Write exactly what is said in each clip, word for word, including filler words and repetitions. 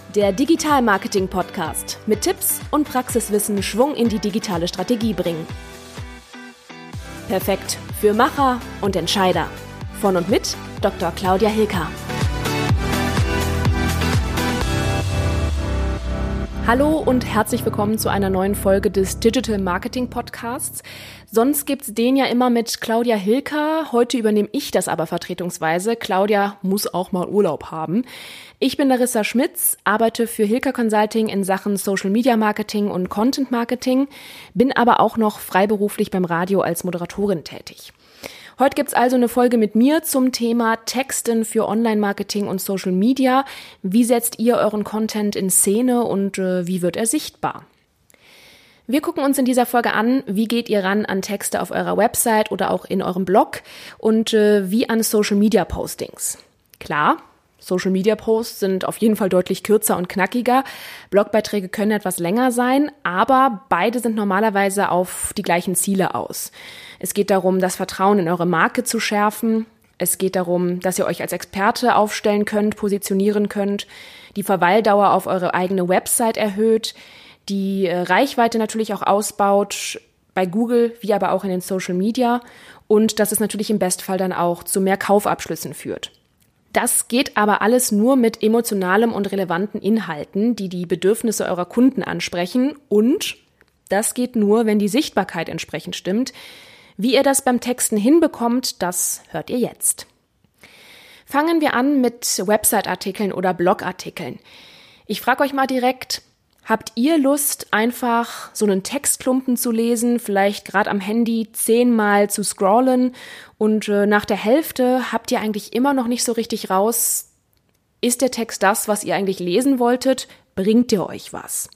Der Digital-Marketing-Podcast mit Tipps und Praxiswissen Schwung in die digitale Strategie bringen. Perfekt für Macher und Entscheider. Von und mit Doktor Claudia Hilker. Hallo und herzlich willkommen zu einer neuen Folge des Digital Marketing Podcasts. Sonst gibt's den ja immer mit Claudia Hilker. Heute übernehme ich das aber vertretungsweise. Claudia muss auch mal Urlaub haben. Ich bin Larissa Schmitz, arbeite für Hilker Consulting in Sachen Social Media Marketing und Content Marketing, bin aber auch noch freiberuflich beim Radio als Moderatorin tätig. Heute gibt's also eine Folge mit mir zum Thema Texten für Online-Marketing und Social Media. Wie setzt ihr euren Content in Szene und äh, wie wird er sichtbar? Wir gucken uns in dieser Folge an, wie geht ihr ran an Texte auf eurer Website oder auch in eurem Blog und äh, wie an Social Media Postings. Klar, Social Media Posts sind auf jeden Fall deutlich kürzer und knackiger. Blogbeiträge können etwas länger sein, aber beide sind normalerweise auf die gleichen Ziele aus. Es geht darum, das Vertrauen in eure Marke zu schärfen. Es geht darum, dass ihr euch als Experte aufstellen könnt, positionieren könnt, die Verweildauer auf eure eigene Website erhöht, die Reichweite natürlich auch ausbaut, bei Google wie aber auch in den Social Media und dass es natürlich im Bestfall dann auch zu mehr Kaufabschlüssen führt. Das geht aber alles nur mit emotionalem und relevanten Inhalten, die die Bedürfnisse eurer Kunden ansprechen und das geht nur, wenn die Sichtbarkeit entsprechend stimmt. Wie ihr das beim Texten hinbekommt, das hört ihr jetzt. Fangen wir an mit Website-Artikeln oder Blogartikeln. Ich frage euch mal direkt, habt ihr Lust, einfach so einen Textklumpen zu lesen, vielleicht gerade am Handy zehnmal zu scrollen und äh, nach der Hälfte habt ihr eigentlich immer noch nicht so richtig raus, ist der Text das, was ihr eigentlich lesen wolltet? Bringt ihr euch was?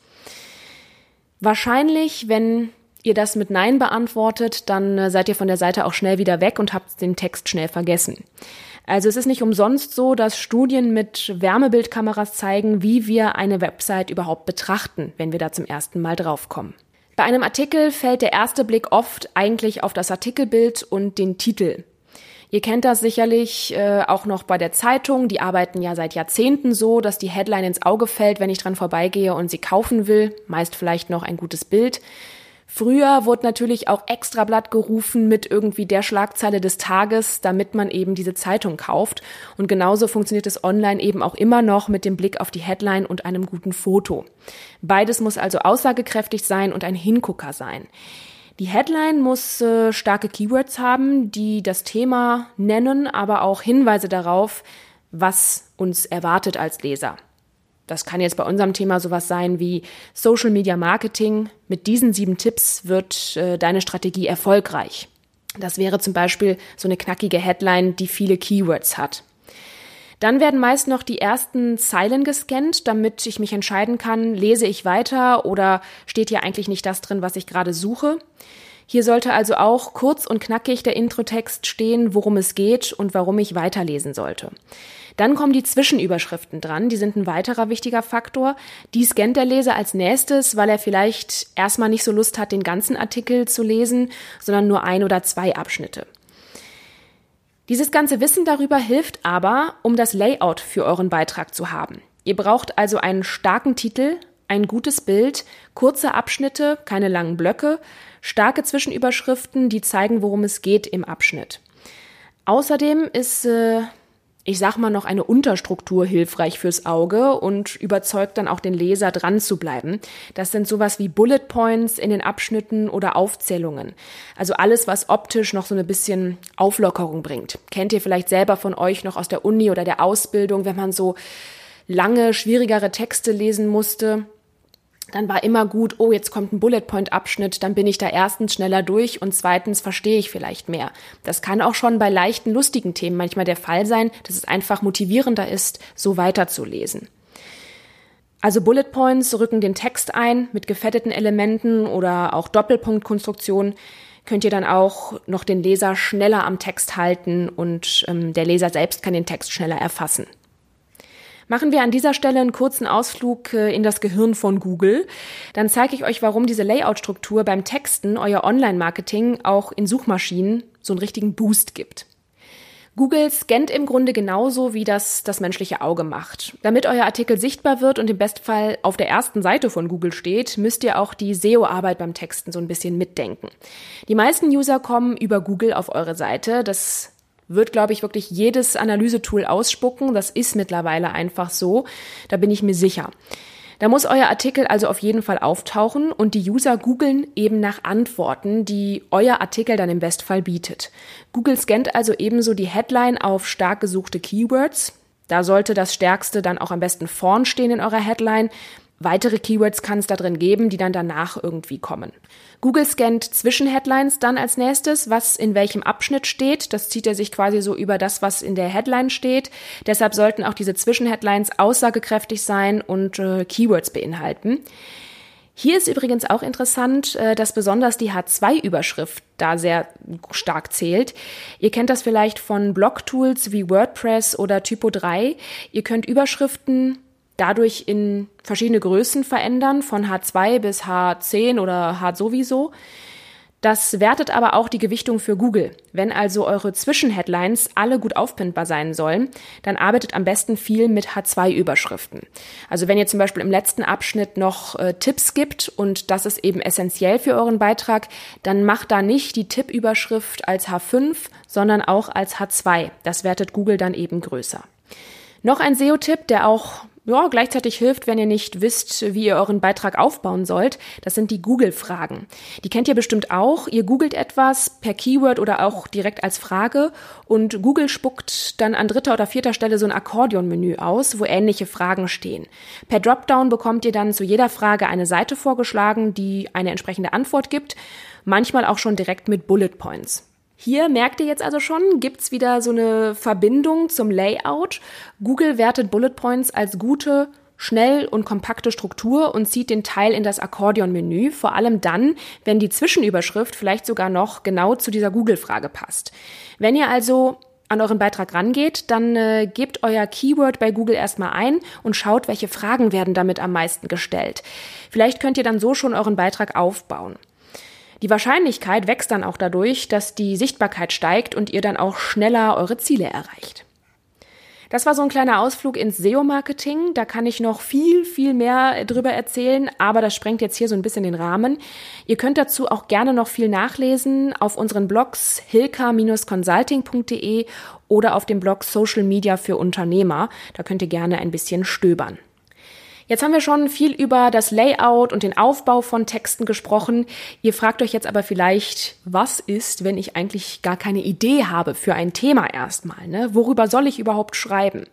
Wahrscheinlich, wenn ihr das mit Nein beantwortet, dann äh, seid ihr von der Seite auch schnell wieder weg und habt den Text schnell vergessen. Also es ist nicht umsonst so, dass Studien mit Wärmebildkameras zeigen, wie wir eine Website überhaupt betrachten, wenn wir da zum ersten Mal draufkommen. Bei einem Artikel fällt der erste Blick oft eigentlich auf das Artikelbild und den Titel. Ihr kennt das sicherlich äh, auch noch bei der Zeitung. Die arbeiten ja seit Jahrzehnten so, dass die Headline ins Auge fällt, wenn ich dran vorbeigehe und sie kaufen will. Meist vielleicht noch ein gutes Bild. Früher wurde natürlich auch Extrablatt gerufen mit irgendwie der Schlagzeile des Tages, damit man eben diese Zeitung kauft. Und genauso funktioniert es online eben auch immer noch mit dem Blick auf die Headline und einem guten Foto. Beides muss also aussagekräftig sein und ein Hingucker sein. Die Headline muss äh, starke Keywords haben, die das Thema nennen, aber auch Hinweise darauf, was uns erwartet als Leser. Das kann jetzt bei unserem Thema sowas sein wie Social Media Marketing. Mit diesen sieben Tipps wird äh, deine Strategie erfolgreich. Das wäre zum Beispiel so eine knackige Headline, die viele Keywords hat. Dann werden meist noch die ersten Zeilen gescannt, damit ich mich entscheiden kann, lese ich weiter oder steht hier eigentlich nicht das drin, was ich gerade suche. Hier sollte also auch kurz und knackig der Introtext stehen, worum es geht und warum ich weiterlesen sollte. Dann kommen die Zwischenüberschriften dran, die sind ein weiterer wichtiger Faktor. Die scannt der Leser als nächstes, weil er vielleicht erstmal nicht so Lust hat, den ganzen Artikel zu lesen, sondern nur ein oder zwei Abschnitte. Dieses ganze Wissen darüber hilft aber, um das Layout für euren Beitrag zu haben. Ihr braucht also einen starken Titel, ein gutes Bild, kurze Abschnitte, keine langen Blöcke, starke Zwischenüberschriften, die zeigen, worum es geht im Abschnitt. Außerdem ist äh, ich sag mal noch eine Unterstruktur hilfreich fürs Auge und überzeugt dann auch den Leser, dran zu bleiben. Das sind sowas wie Bullet Points in den Abschnitten oder Aufzählungen. Also alles, was optisch noch so ein bisschen Auflockerung bringt. Kennt ihr vielleicht selber von euch noch aus der Uni oder der Ausbildung, wenn man so lange, schwierigere Texte lesen musste? Dann war immer gut, oh, jetzt kommt ein Bullet-Point-Abschnitt, dann bin ich da erstens schneller durch und zweitens verstehe ich vielleicht mehr. Das kann auch schon bei leichten, lustigen Themen manchmal der Fall sein, dass es einfach motivierender ist, so weiterzulesen. Also Bullet Points rücken den Text ein mit gefetteten Elementen oder auch Doppelpunktkonstruktionen. Könnt ihr dann auch noch den Leser schneller am Text halten und ähm, der Leser selbst kann den Text schneller erfassen. Machen wir an dieser Stelle einen kurzen Ausflug in das Gehirn von Google. Dann zeige ich euch, warum diese Layout-Struktur beim Texten euer Online-Marketing auch in Suchmaschinen so einen richtigen Boost gibt. Google scannt im Grunde genauso, wie das das menschliche Auge macht. Damit euer Artikel sichtbar wird und im Bestfall auf der ersten Seite von Google steht, müsst ihr auch die S E O-Arbeit beim Texten so ein bisschen mitdenken. Die meisten User kommen über Google auf eure Seite. Das wird, glaube ich, wirklich jedes Analysetool ausspucken. Das ist mittlerweile einfach so. Da bin ich mir sicher. Da muss euer Artikel also auf jeden Fall auftauchen und die User googeln eben nach Antworten, die euer Artikel dann im Bestfall bietet. Google scannt also ebenso die Headline auf stark gesuchte Keywords. Da sollte das Stärkste dann auch am besten vorn stehen in eurer Headline. Weitere Keywords kann es da drin geben, die dann danach irgendwie kommen. Google scannt Zwischenheadlines dann als nächstes, was in welchem Abschnitt steht. Das zieht er sich quasi so über das, was in der Headline steht. Deshalb sollten auch diese Zwischenheadlines aussagekräftig sein und äh, Keywords beinhalten. Hier ist übrigens auch interessant, äh, dass besonders die H zwei Überschrift da sehr stark zählt. Ihr kennt das vielleicht von Blog-Tools wie WordPress oder Typo drei. Ihr könnt Überschriften dadurch in verschiedene Größen verändern, von H zwei bis H zehn oder H sowieso. Das wertet aber auch die Gewichtung für Google. Wenn also eure Zwischenheadlines alle gut aufpindbar sein sollen, dann arbeitet am besten viel mit H zwei Überschriften. Also wenn ihr zum Beispiel im letzten Abschnitt noch äh, Tipps gibt und das ist eben essentiell für euren Beitrag, dann macht da nicht die Tippüberschrift als H fünf, sondern auch als H zwei. Das wertet Google dann eben größer. Noch ein S E O-Tipp, der auch ja, gleichzeitig hilft, wenn ihr nicht wisst, wie ihr euren Beitrag aufbauen sollt. Das sind die Google-Fragen. Die kennt ihr bestimmt auch. Ihr googelt etwas per Keyword oder auch direkt als Frage und Google spuckt dann an dritter oder vierter Stelle so ein Akkordeon-Menü aus, wo ähnliche Fragen stehen. Per Dropdown bekommt ihr dann zu jeder Frage eine Seite vorgeschlagen, die eine entsprechende Antwort gibt, manchmal auch schon direkt mit Bullet Points. Hier merkt ihr jetzt also schon, gibt's wieder so eine Verbindung zum Layout. Google wertet Bullet Points als gute, schnell und kompakte Struktur und zieht den Teil in das Akkordeon-Menü, vor allem dann, wenn die Zwischenüberschrift vielleicht sogar noch genau zu dieser Google-Frage passt. Wenn ihr also an euren Beitrag rangeht, dann äh, gebt euer Keyword bei Google erstmal ein und schaut, welche Fragen werden damit am meisten gestellt. Vielleicht könnt ihr dann so schon euren Beitrag aufbauen. Die Wahrscheinlichkeit wächst dann auch dadurch, dass die Sichtbarkeit steigt und ihr dann auch schneller eure Ziele erreicht. Das war so ein kleiner Ausflug ins S E O-Marketing. Da kann ich noch viel, viel mehr drüber erzählen, aber das sprengt jetzt hier so ein bisschen den Rahmen. Ihr könnt dazu auch gerne noch viel nachlesen auf unseren Blogs hilka Bindestrich consulting punkt de oder auf dem Blog Social Media für Unternehmer. Da könnt ihr gerne ein bisschen stöbern. Jetzt haben wir schon viel über das Layout und den Aufbau von Texten gesprochen. Ihr fragt euch jetzt aber vielleicht, was ist, wenn ich eigentlich gar keine Idee habe für ein Thema erstmal, ne? Worüber soll ich überhaupt schreiben?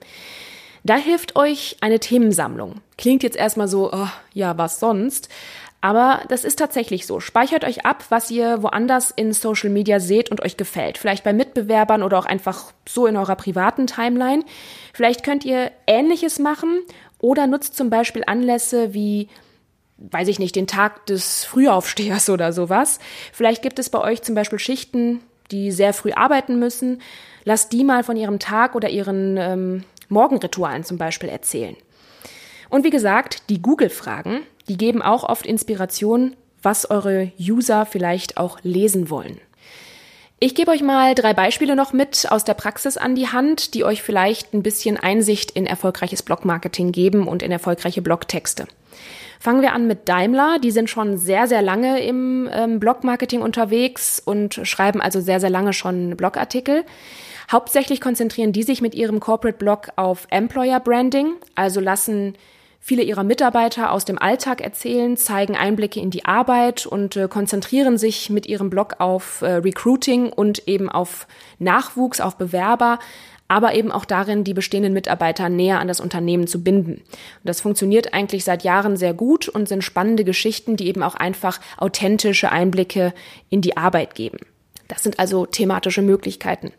Da hilft euch eine Themensammlung. Klingt jetzt erstmal so, oh, ja, was sonst? Aber das ist tatsächlich so. Speichert euch ab, was ihr woanders in Social Media seht und euch gefällt. Vielleicht bei Mitbewerbern oder auch einfach so in eurer privaten Timeline. Vielleicht könnt ihr Ähnliches machen oder nutzt zum Beispiel Anlässe wie, weiß ich nicht, den Tag des Frühaufstehers oder sowas. Vielleicht gibt es bei euch zum Beispiel Schichten, die sehr früh arbeiten müssen. Lasst die mal von ihrem Tag oder ihren ähm, Morgenritualen zum Beispiel erzählen. Und wie gesagt, die Google-Fragen, die geben auch oft Inspiration, was eure User vielleicht auch lesen wollen. Ich gebe euch mal drei Beispiele noch mit aus der Praxis an die Hand, die euch vielleicht ein bisschen Einsicht in erfolgreiches Blogmarketing geben und in erfolgreiche Blogtexte. Fangen wir an mit Daimler. Die sind schon sehr, sehr lange im ähm, Blogmarketing unterwegs und schreiben also sehr, sehr lange schon Blogartikel. Hauptsächlich konzentrieren die sich mit ihrem Corporate Blog auf Employer Branding, also lassen viele ihrer Mitarbeiter aus dem Alltag erzählen, zeigen Einblicke in die Arbeit und äh, konzentrieren sich mit ihrem Blog auf äh, Recruiting und eben auf Nachwuchs, auf Bewerber, aber eben auch darin, die bestehenden Mitarbeiter näher an das Unternehmen zu binden. Und das funktioniert eigentlich seit Jahren sehr gut und sind spannende Geschichten, die eben auch einfach authentische Einblicke in die Arbeit geben. Das sind also thematische Möglichkeiten.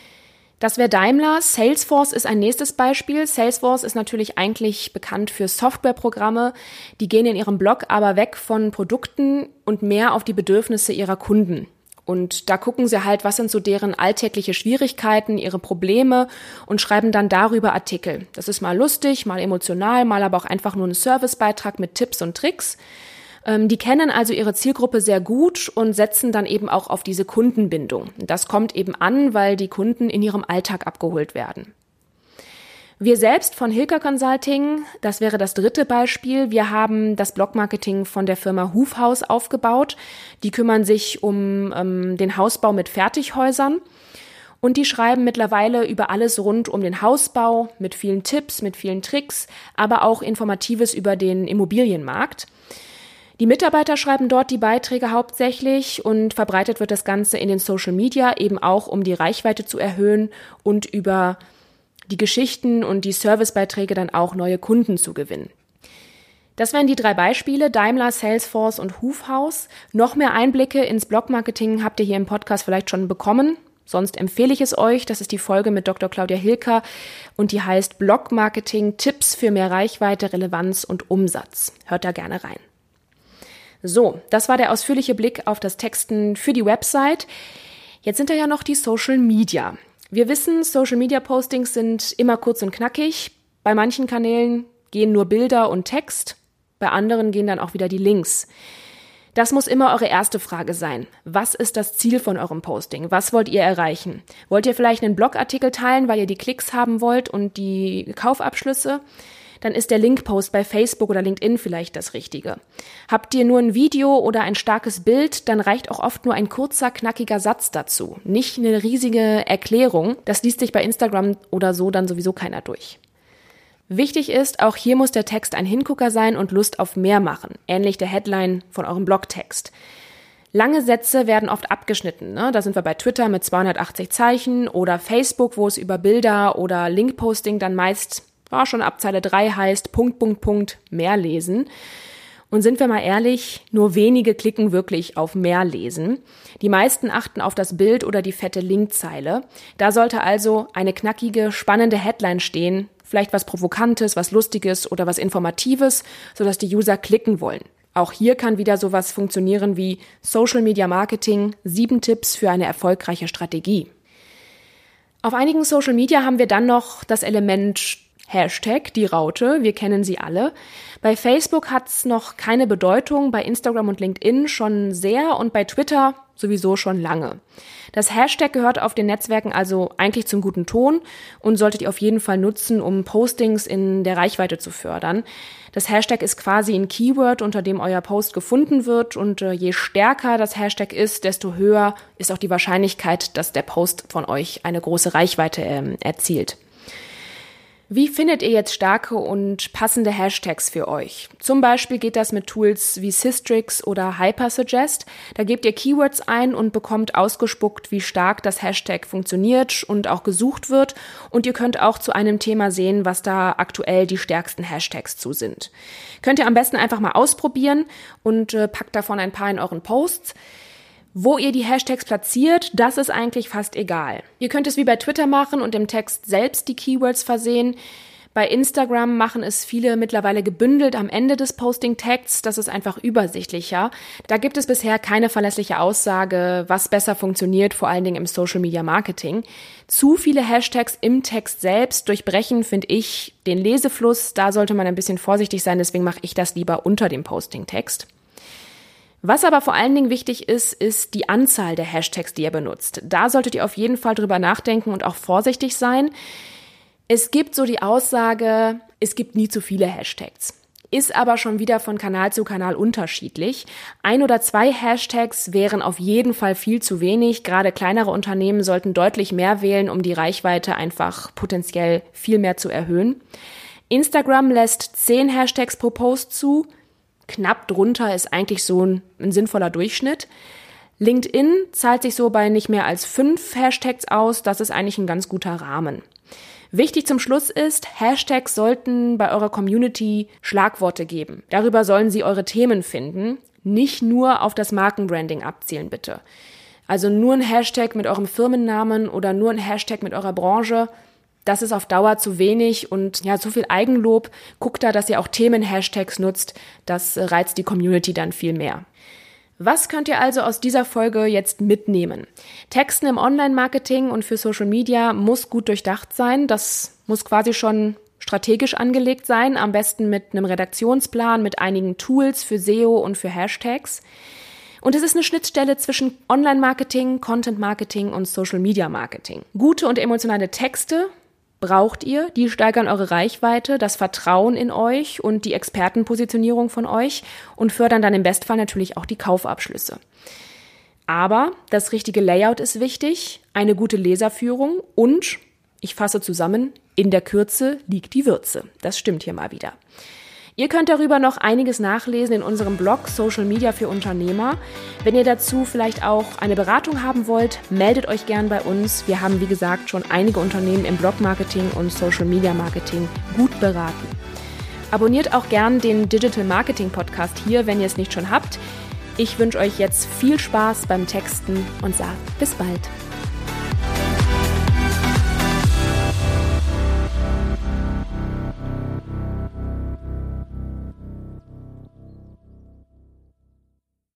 Das wäre Daimler. Salesforce ist ein nächstes Beispiel. Salesforce ist natürlich eigentlich bekannt für Softwareprogramme. Die gehen in ihrem Blog aber weg von Produkten und mehr auf die Bedürfnisse ihrer Kunden. Und da gucken sie halt, was sind so deren alltägliche Schwierigkeiten, ihre Probleme und schreiben dann darüber Artikel. Das ist mal lustig, mal emotional, mal aber auch einfach nur ein Servicebeitrag mit Tipps und Tricks. Ähm, die kennen also ihre Zielgruppe sehr gut und setzen dann eben auch auf diese Kundenbindung. Das kommt eben an, weil die Kunden in ihrem Alltag abgeholt werden. Wir selbst von Hilker Consulting, das wäre das dritte Beispiel. Wir haben das Blogmarketing von der Firma Hufhaus aufgebaut. Die kümmern sich um ähm, den Hausbau mit Fertighäusern. Und die schreiben mittlerweile über alles rund um den Hausbau mit vielen Tipps, mit vielen Tricks, aber auch Informatives über den Immobilienmarkt. Die Mitarbeiter schreiben dort die Beiträge hauptsächlich und verbreitet wird das Ganze in den Social Media, eben auch um die Reichweite zu erhöhen und über die Geschichten und die Servicebeiträge dann auch neue Kunden zu gewinnen. Das wären die drei Beispiele, Daimler, Salesforce und Hufhaus. Noch mehr Einblicke ins Blogmarketing habt ihr hier im Podcast vielleicht schon bekommen. Sonst empfehle ich es euch. Das ist die Folge mit Doktor Claudia Hilker und die heißt Blogmarketing, Tipps für mehr Reichweite, Relevanz und Umsatz. Hört da gerne rein. So, das war der ausführliche Blick auf das Texten für die Website. Jetzt sind da ja noch die Social Media. Wir wissen, Social Media Postings sind immer kurz und knackig. Bei manchen Kanälen gehen nur Bilder und Text. Bei anderen gehen dann auch wieder die Links. Das muss immer eure erste Frage sein. Was ist das Ziel von eurem Posting? Was wollt ihr erreichen? Wollt ihr vielleicht einen Blogartikel teilen, weil ihr die Klicks haben wollt und die Kaufabschlüsse? Dann ist der Linkpost bei Facebook oder LinkedIn vielleicht das Richtige. Habt ihr nur ein Video oder ein starkes Bild, dann reicht auch oft nur ein kurzer, knackiger Satz dazu. Nicht eine riesige Erklärung. Das liest sich bei Instagram oder so dann sowieso keiner durch. Wichtig ist, auch hier muss der Text ein Hingucker sein und Lust auf mehr machen. Ähnlich der Headline von eurem Blogtext. Lange Sätze werden oft abgeschnitten. Ne? Da sind wir bei Twitter mit zweihundertachtzig Zeichen oder Facebook, wo es über Bilder oder Linkposting dann meist war schon ab Zeile drei heißt, Punkt, Punkt, Punkt, mehr lesen. Und sind wir mal ehrlich, nur wenige klicken wirklich auf mehr lesen. Die meisten achten auf das Bild oder die fette Linkzeile. Da sollte also eine knackige, spannende Headline stehen, vielleicht was Provokantes, was Lustiges oder was Informatives, sodass die User klicken wollen. Auch hier kann wieder sowas funktionieren wie Social Media Marketing, sieben Tipps für eine erfolgreiche Strategie. Auf einigen Social Media haben wir dann noch das Element Hashtag, die Raute, wir kennen sie alle. Bei Facebook hat's noch keine Bedeutung, bei Instagram und LinkedIn schon sehr und bei Twitter sowieso schon lange. Das Hashtag gehört auf den Netzwerken also eigentlich zum guten Ton und solltet ihr auf jeden Fall nutzen, um Postings in der Reichweite zu fördern. Das Hashtag ist quasi ein Keyword, unter dem euer Post gefunden wird und äh, je stärker das Hashtag ist, desto höher ist auch die Wahrscheinlichkeit, dass der Post von euch eine große Reichweite äh, erzielt. Wie findet ihr jetzt starke und passende Hashtags für euch? Zum Beispiel geht das mit Tools wie Systrix oder Hypersuggest. Da gebt ihr Keywords ein und bekommt ausgespuckt, wie stark das Hashtag funktioniert und auch gesucht wird. Und ihr könnt auch zu einem Thema sehen, was da aktuell die stärksten Hashtags zu sind. Könnt ihr am besten einfach mal ausprobieren und äh, packt davon ein paar in euren Posts. Wo ihr die Hashtags platziert, das ist eigentlich fast egal. Ihr könnt es wie bei Twitter machen und im Text selbst die Keywords versehen. Bei Instagram machen es viele mittlerweile gebündelt am Ende des Posting-Tags. Das ist einfach übersichtlicher. Da gibt es bisher keine verlässliche Aussage, was besser funktioniert, vor allen Dingen im Social-Media-Marketing. Zu viele Hashtags im Text selbst durchbrechen, finde ich, den Lesefluss. Da sollte man ein bisschen vorsichtig sein, deswegen mache ich das lieber unter dem Posting-Text. Was aber vor allen Dingen wichtig ist, ist die Anzahl der Hashtags, die ihr benutzt. Da solltet ihr auf jeden Fall drüber nachdenken und auch vorsichtig sein. Es gibt so die Aussage, es gibt nie zu viele Hashtags. Ist aber schon wieder von Kanal zu Kanal unterschiedlich. Ein oder zwei Hashtags wären auf jeden Fall viel zu wenig. Gerade kleinere Unternehmen sollten deutlich mehr wählen, um die Reichweite einfach potenziell viel mehr zu erhöhen. Instagram lässt zehn Hashtags pro Post zu. Knapp drunter ist eigentlich so ein, ein sinnvoller Durchschnitt. LinkedIn zahlt sich so bei nicht mehr als fünf Hashtags aus. Das ist eigentlich ein ganz guter Rahmen. Wichtig zum Schluss ist, Hashtags sollten bei eurer Community Schlagworte geben. Darüber sollen sie eure Themen finden, nicht nur auf das Markenbranding abzielen, bitte. Also nur ein Hashtag mit eurem Firmennamen oder nur ein Hashtag mit eurer Branche, das ist auf Dauer zu wenig und ja, zu viel Eigenlob. Guckt da, dass ihr auch Themen-Hashtags nutzt. Das reizt die Community dann viel mehr. Was könnt ihr also aus dieser Folge jetzt mitnehmen? Texten im Online-Marketing und für Social Media muss gut durchdacht sein. Das muss quasi schon strategisch angelegt sein, am besten mit einem Redaktionsplan, mit einigen Tools für S E O und für Hashtags. Und es ist eine Schnittstelle zwischen Online-Marketing, Content-Marketing und Social-Media-Marketing. Gute und emotionale Texte braucht ihr, die steigern eure Reichweite, das Vertrauen in euch und die Expertenpositionierung von euch und fördern dann im Bestfall natürlich auch die Kaufabschlüsse. Aber das richtige Layout ist wichtig, eine gute Leserführung und, ich fasse zusammen, in der Kürze liegt die Würze. Das stimmt hier mal wieder. Ihr könnt darüber noch einiges nachlesen in unserem Blog Social Media für Unternehmer. Wenn ihr dazu vielleicht auch eine Beratung haben wollt, meldet euch gern bei uns. Wir haben, wie gesagt, schon einige Unternehmen im Blog-Marketing und Social Media Marketing gut beraten. Abonniert auch gern den Digital Marketing Podcast hier, wenn ihr es nicht schon habt. Ich wünsche euch jetzt viel Spaß beim Texten und sage bis bald.